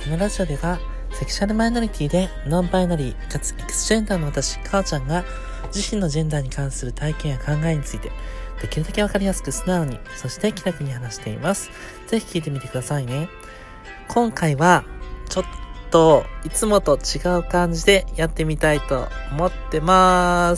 このラジオではセクシャルマイノリティでノンバイナリーかつエクスジェンダーの私、かーちゃんが自身のジェンダーに関する体験や考えについてできるだけわかりやすく素直に、そして気楽に話しています。ぜひ聞いてみてくださいね。今回はちょっといつもと違う感じでやってみたいと思ってます。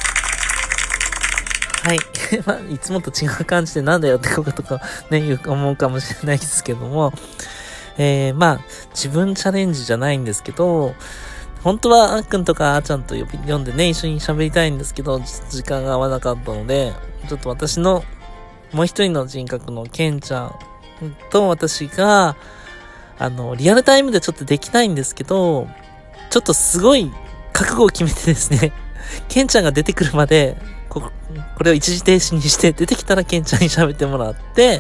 はい。いつもと違う感じでなんだよってことかね、思うかもしれないですけども、自分チャレンジじゃないんですけど、本当はあっくんとかあーちゃんと呼んでね、一緒に喋りたいんですけど、時間が合わなかったので、ちょっと私のもう一人の人格のケンちゃんと私が、リアルタイムでちょっとできないんですけど、ちょっとすごい覚悟を決めてですね、ケンちゃんが出てくるまで、これを一時停止にして、出てきたらケンちゃんに喋ってもらって、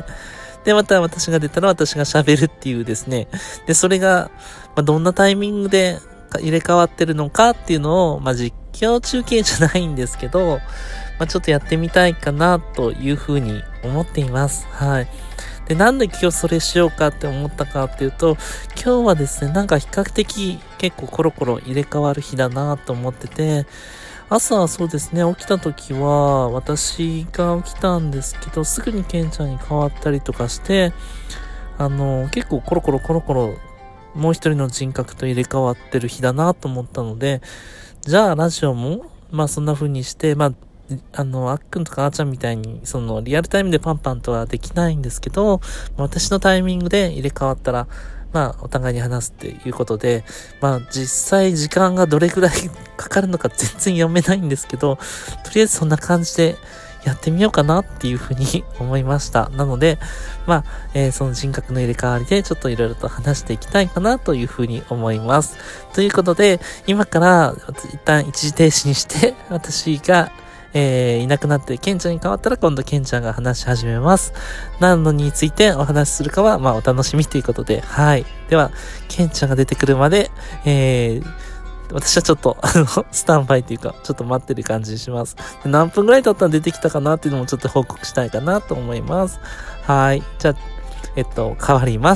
で、また私が出たら私が喋るっていうですね。で、それが、どんなタイミングで入れ替わってるのかっていうのを、実況中継じゃないんですけど、ちょっとやってみたいかなというふうに思っています。はい。で、なんで今日それしようかって思ったかっていうと、今日はですね、比較的結構コロコロ入れ替わる日だなと思ってて、朝はそうですね、起きた時は私が起きたんですけど、すぐにケンちゃんに変わったりとかして、結構コロコロもう一人の人格と入れ替わってる日だなと思ったので、じゃあラジオもそんな風にして、あっくんとかあーちゃんみたいにリアルタイムでパンパンとはできないんですけど、私のタイミングで入れ替わったらお互いに話すっていうことで、実際時間がどれくらいかかるのか全然読めないんですけど、とりあえずそんな感じでやってみようかなっていうふうに思いました。なので、その人格の入れ替わりでちょっといろいろと話していきたいかなというふうに思います。ということで、今から一旦一時停止にして、私がいなくなってケンちゃんに変わったら今度ケンちゃんが話し始めます。何のについてお話しするかはお楽しみということで、はい。では、ケンちゃんが出てくるまで、私はちょっとスタンバイというかちょっと待ってる感じにします。何分ぐらい経ったら出てきたかなっていうのもちょっと報告したいかなと思います。はい。じゃあ変わります。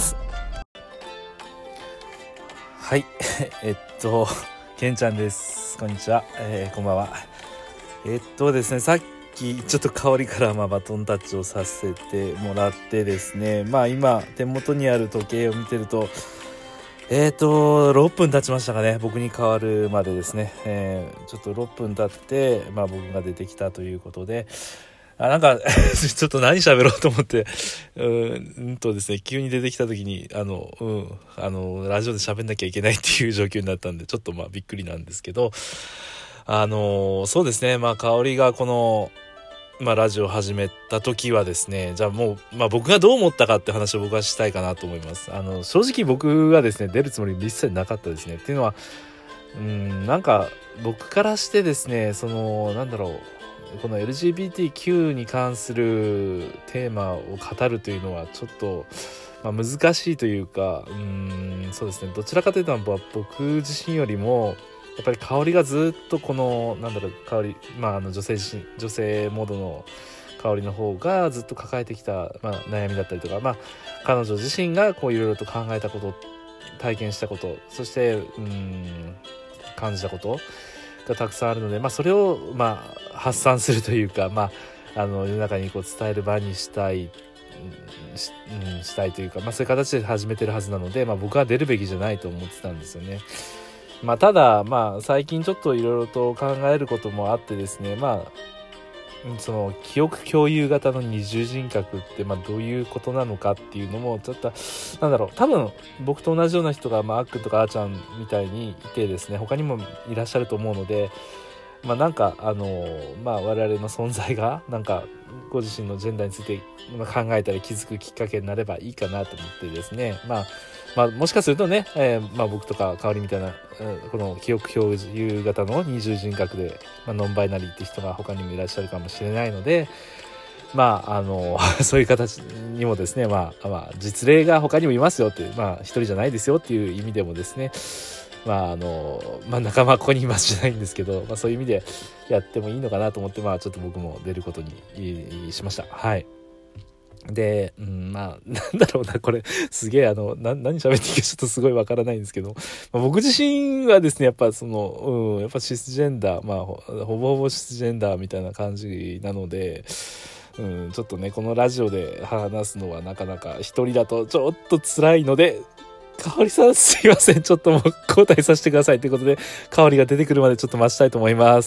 はい。ケンちゃんです。こんにちは。こんばんは。ですね、さっきちょっと香りからバトンタッチをさせてもらってですね、今手元にある時計を見てると6分経ちましたかね。僕に変わるまでですね、ちょっと6分経って僕が出てきたということで、ちょっと何喋ろうと思ってですね、急に出てきた時にラジオで喋んなきゃいけないっていう状況になったんで、ちょっとびっくりなんですけど、そうですね、香りがこのラジオを始めた時はですね、じゃあもう僕がどう思ったかって話を僕はしたいかなと思います。正直僕はですね、出るつもり一切なかったですね。っていうのは僕からしてですね、この LGBTQ に関するテーマを語るというのはちょっと難しいというか、そうですね、どちらかというと僕自身よりもやっぱり香りがずっとこの香り、女性モードの香りの方がずっと抱えてきた、悩みだったりとか、彼女自身がこういろいろと考えたこと、体験したこと、そして感じたことがたくさんあるので、それを発散するというか、世の中にこう伝える場にしたいというか、そういう形で始めてるはずなので、僕は出るべきじゃないと思ってたんですよね。ただ最近ちょっといろいろと考えることもあってですね、その記憶共有型の二重人格ってどういうことなのかっていうのもちょっと多分僕と同じような人があっくんとかあーちゃんみたいにいてですね、他にもいらっしゃると思うので、我々の存在がご自身のジェンダーについて考えたり気づくきっかけになればいいかなと思ってですね、もしかするとね、僕とか香りみたいな、この記憶共有型の二重人格で、ノンバイナリーって人が他にもいらっしゃるかもしれないので、そういう形にもですね、実例が他にもいますよっていう、一人じゃないですよっていう意味でもですね、仲間ここにいますじゃないんですけど、そういう意味でやってもいいのかなと思って、ちょっと僕も出ることにしました。はい。 で、まあ、なんだろうな、これ、すげえ、何喋っていいかちょっとすごいわからないんですけど、まあ、僕自身はですね、やっぱやっぱシスジェンダー、まあ、ほぼほぼシスジェンダーみたいな感じなので、ちょっとね、このラジオで話すのはなかなか一人だとちょっと辛いので、香織さんすいません、ちょっともう交代させてくださいということで、香織が出てくるまでちょっと待ちたいと思います。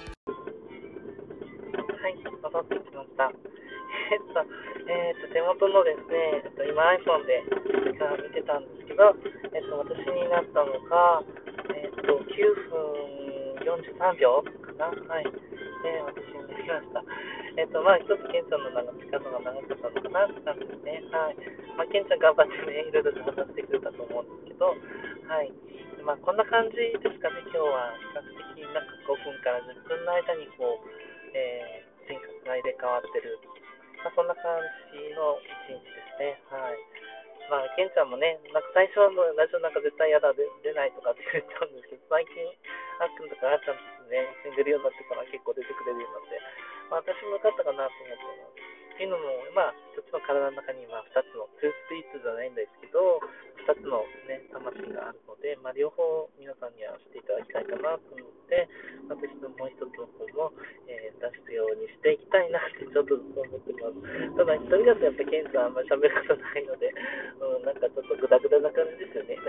はい、戻ってきました。手元のですね、今 iPhone で見てたんですけど、私になったのが、9分43秒かな。はい。私になりました。まあ、一つ、ケンちゃんの時間のが長かったのかなって感じですね。はい。まあ、ケンちゃん頑張ってね、いろいろと話してくれたと思うんですけど、はい。まあ、こんな感じですかね、今日は。比較的、5分から10分の間に、人格が入れ替わってる。まあ、そんな感じの一日ですね。はい。まあ、ケンちゃんもね、最初のラジオ絶対嫌だ、出ないとかって言っちゃうんですけど、最近、あっくんとかあーちゃんとね、一緒に出るようになってから結構出てくれるようになって、まあ、私も良かったかなと思ってます。っていうのも、まあ、一つの体の中に、二つの、ツースピーツじゃないんですけど、二つのね、魂があるので、まあ、両方皆さんにはしていただきたいかなと思って、私のもう一つの方も、出すようにしていきたいなってちょっとずつ思ってます。ただ、一人だとやっぱケンさんあんまり喋ることないので、ちょっとグダグダな感じですよね。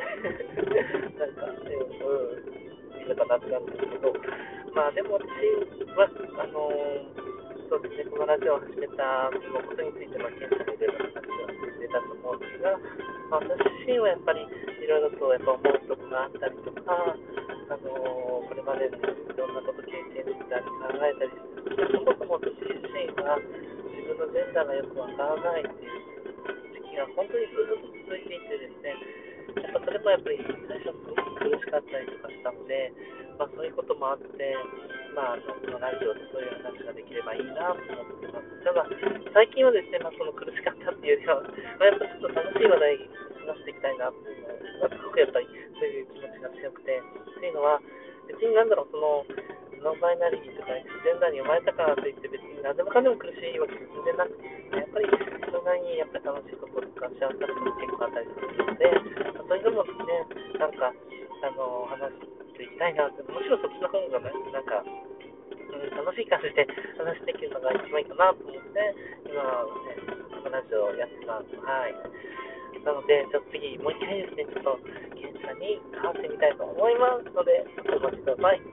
いいのかなって感じですけど、まあでも私は、そうですね、このラジオを始めたそのことについて、ケンさんがいろいろ話をしてたと思うんですが、私自身はやっぱりいろいろとやっぱ思うところがあったりとか、これまでにいろんなこと経験したり考えたりして、そもそも私自身は自分のジェンダーがよくわからないっていう時期が本当にずっと続いていてですね、やっぱそれもやっぱり最初すごく苦しかったりとかしたので、そういうこともあって、このラジオでそういう話ができればいいなと思っています。ただ、最近はですね、その苦しかったっていうよりは、やっぱちょっと楽しい話題話していきたいなっていうのは、すごくやっぱりそういう気持ちが強くて、っていうのは、別にノンバイナリーとかジェンダーに生まれたからといって別に何でもかんでも苦しいわけ全然なくてですね、やっぱりそれなりにやっぱり楽しいところとか幸せなことも結構あったりするので、そういうのもですね、話していきたいなって、むしろそっちの方がね、楽しい感じで話できるのが一番いいかなと思って、今はね、このラジオをやってます。はい。なので、ちょっと次、もう一回ですね、ちょっと、ケンさんに代わってみたいと思いますので、ちょっとお待ちください。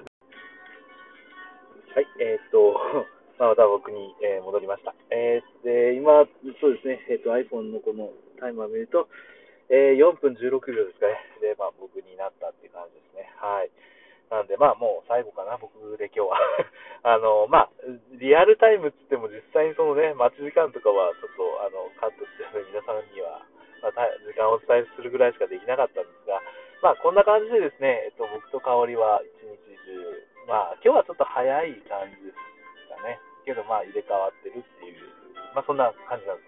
はい、また僕に、戻りました。今、そうですね、iPhone のこのタイマーを見ると、4分16秒ですかね。で、僕になったっていう感じですね。はい。なんで、もう最後かな、僕で今日は。リアルタイムっつっても実際にそのね、待ち時間とかはちょっと、カットして皆さんには、時間をお伝えするぐらいしかできなかったんですが、こんな感じでですね、僕と香りは一日中、今日はちょっと早い感じですかね。けど、入れ替わってるっていう、そんな感じなんです。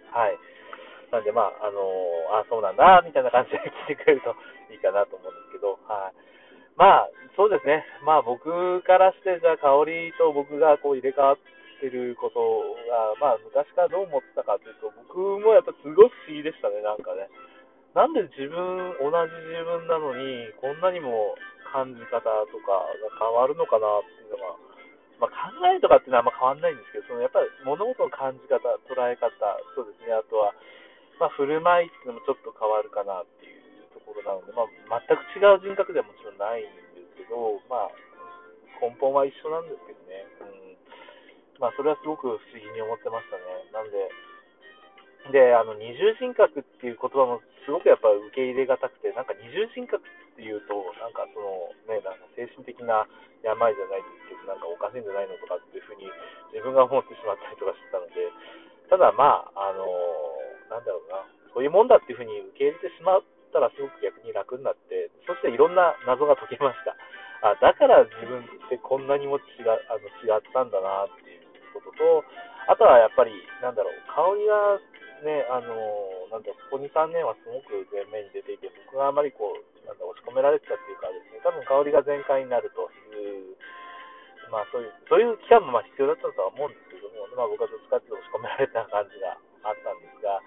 はい。なんで、そうなんだ、みたいな感じで聞いてくれるといいかなと思うんですけど、はい。そうですね。僕からして、じゃあ、香りと僕がこう入れ替わってることが、昔からどう思ってたかというと、僕もやっぱすごく不思議でしたね、なんかね。なんで同じ自分なのに、こんなにも感じ方とかが変わるのかなっていうのが、考えとかっていうのはあんま変わんないんですけど、やっぱり物事の感じ方、捉え方、そうですね、あとは、振る舞いっていうのもちょっと変わるかなっていうところなので、全く違う人格ではもちろんないんですけど、根本は一緒なんですけどね。それはすごく不思議に思ってましたね。なんで、二重人格っていう言葉もすごくやっぱ受け入れがたくて、二重人格っていうと、精神的な病じゃないですけど、おかしいんじゃないのとかっていうふうに自分が思ってしまったりとかしてたので、ただなんだろうな、そういうもんだっていうふうに受け入れてしまったらすごく逆に楽になって、そしていろんな謎が解けました。だから自分ってこんなにも違ったんだなっていうことと、あとはやっぱり、香りがね、ここ2、3年はすごく前面に出ていて、僕があまり押し込められてたっていうかですね、多分香りが全開になるという、そういう期間も必要だったとは思うんですけども、僕はどっちかっていうと押し込められた感じがあったんですが、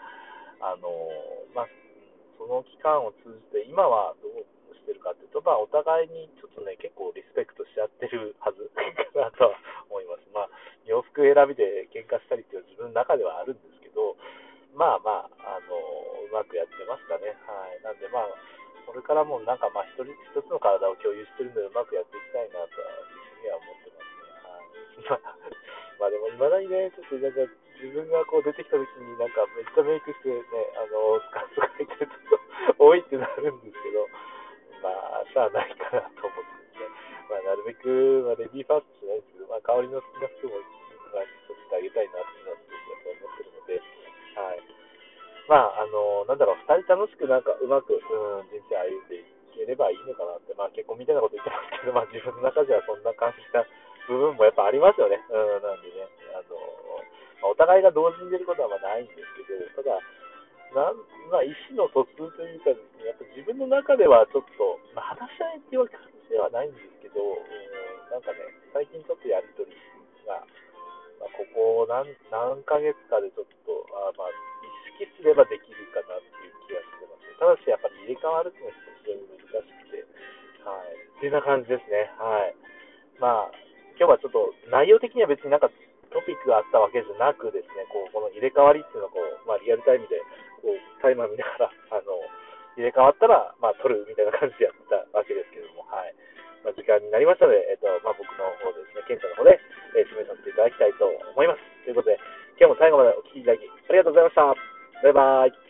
その期間を通じて今はどうしてるかっていうと、お互いにちょっとね結構リスペクトし合ってるはずかなとは思います。洋服選びで喧嘩したりっていうのは自分の中ではあるんですけど、うまくやってますかね。はい。なんでこれからもなんか一人一つの体を共有してるのでうまくやっていきたいなというふうには思ってますね。はい。でも未だにね、ちょっとなんか自分がこう出てきた時になんかめっちゃメイクしてね、スカートが入ってると多いってなるんですけど、しゃあないかなと思ってですね。なるべく、レディーファーストじゃないですけど、香りの好きな服も、ちょっとあげたいなっていうのはすごくやっぱ思ってるので、はい。二人楽しくなんかうまく、人生歩んでいければいいのかなって、結婚みたいなこと言ってますけど、自分の中ではそんな感じな部分もやっぱありますよね。なんでね、お互いが同時に出ることはないんですけど、ただ、意思の疎通というかですね、やっぱ自分の中ではちょっと、話し合いっていう感じではないんですけど、なんかね、最近ちょっとやりとりが、ここ何ヶ月かでちょっと、意識すればできるかなっていう気がしてます。ただし、やっぱり入れ替わるっていうのは非常に難しくて、はい。っていうような感じですね。はい。今日はちょっと内容的には別になんかトピックがあったわけじゃなくですね、この入れ替わりっていうのをリアルタイムでタイマー見ながら、入れ替わったら、撮るみたいな感じでやってたわけですけれども、はい。時間になりましたので、僕の方でですね、ケンちゃんの方で、締めさせていただきたいと思います。ということで、今日も最後までお聞きいただきありがとうございました。バイバイ。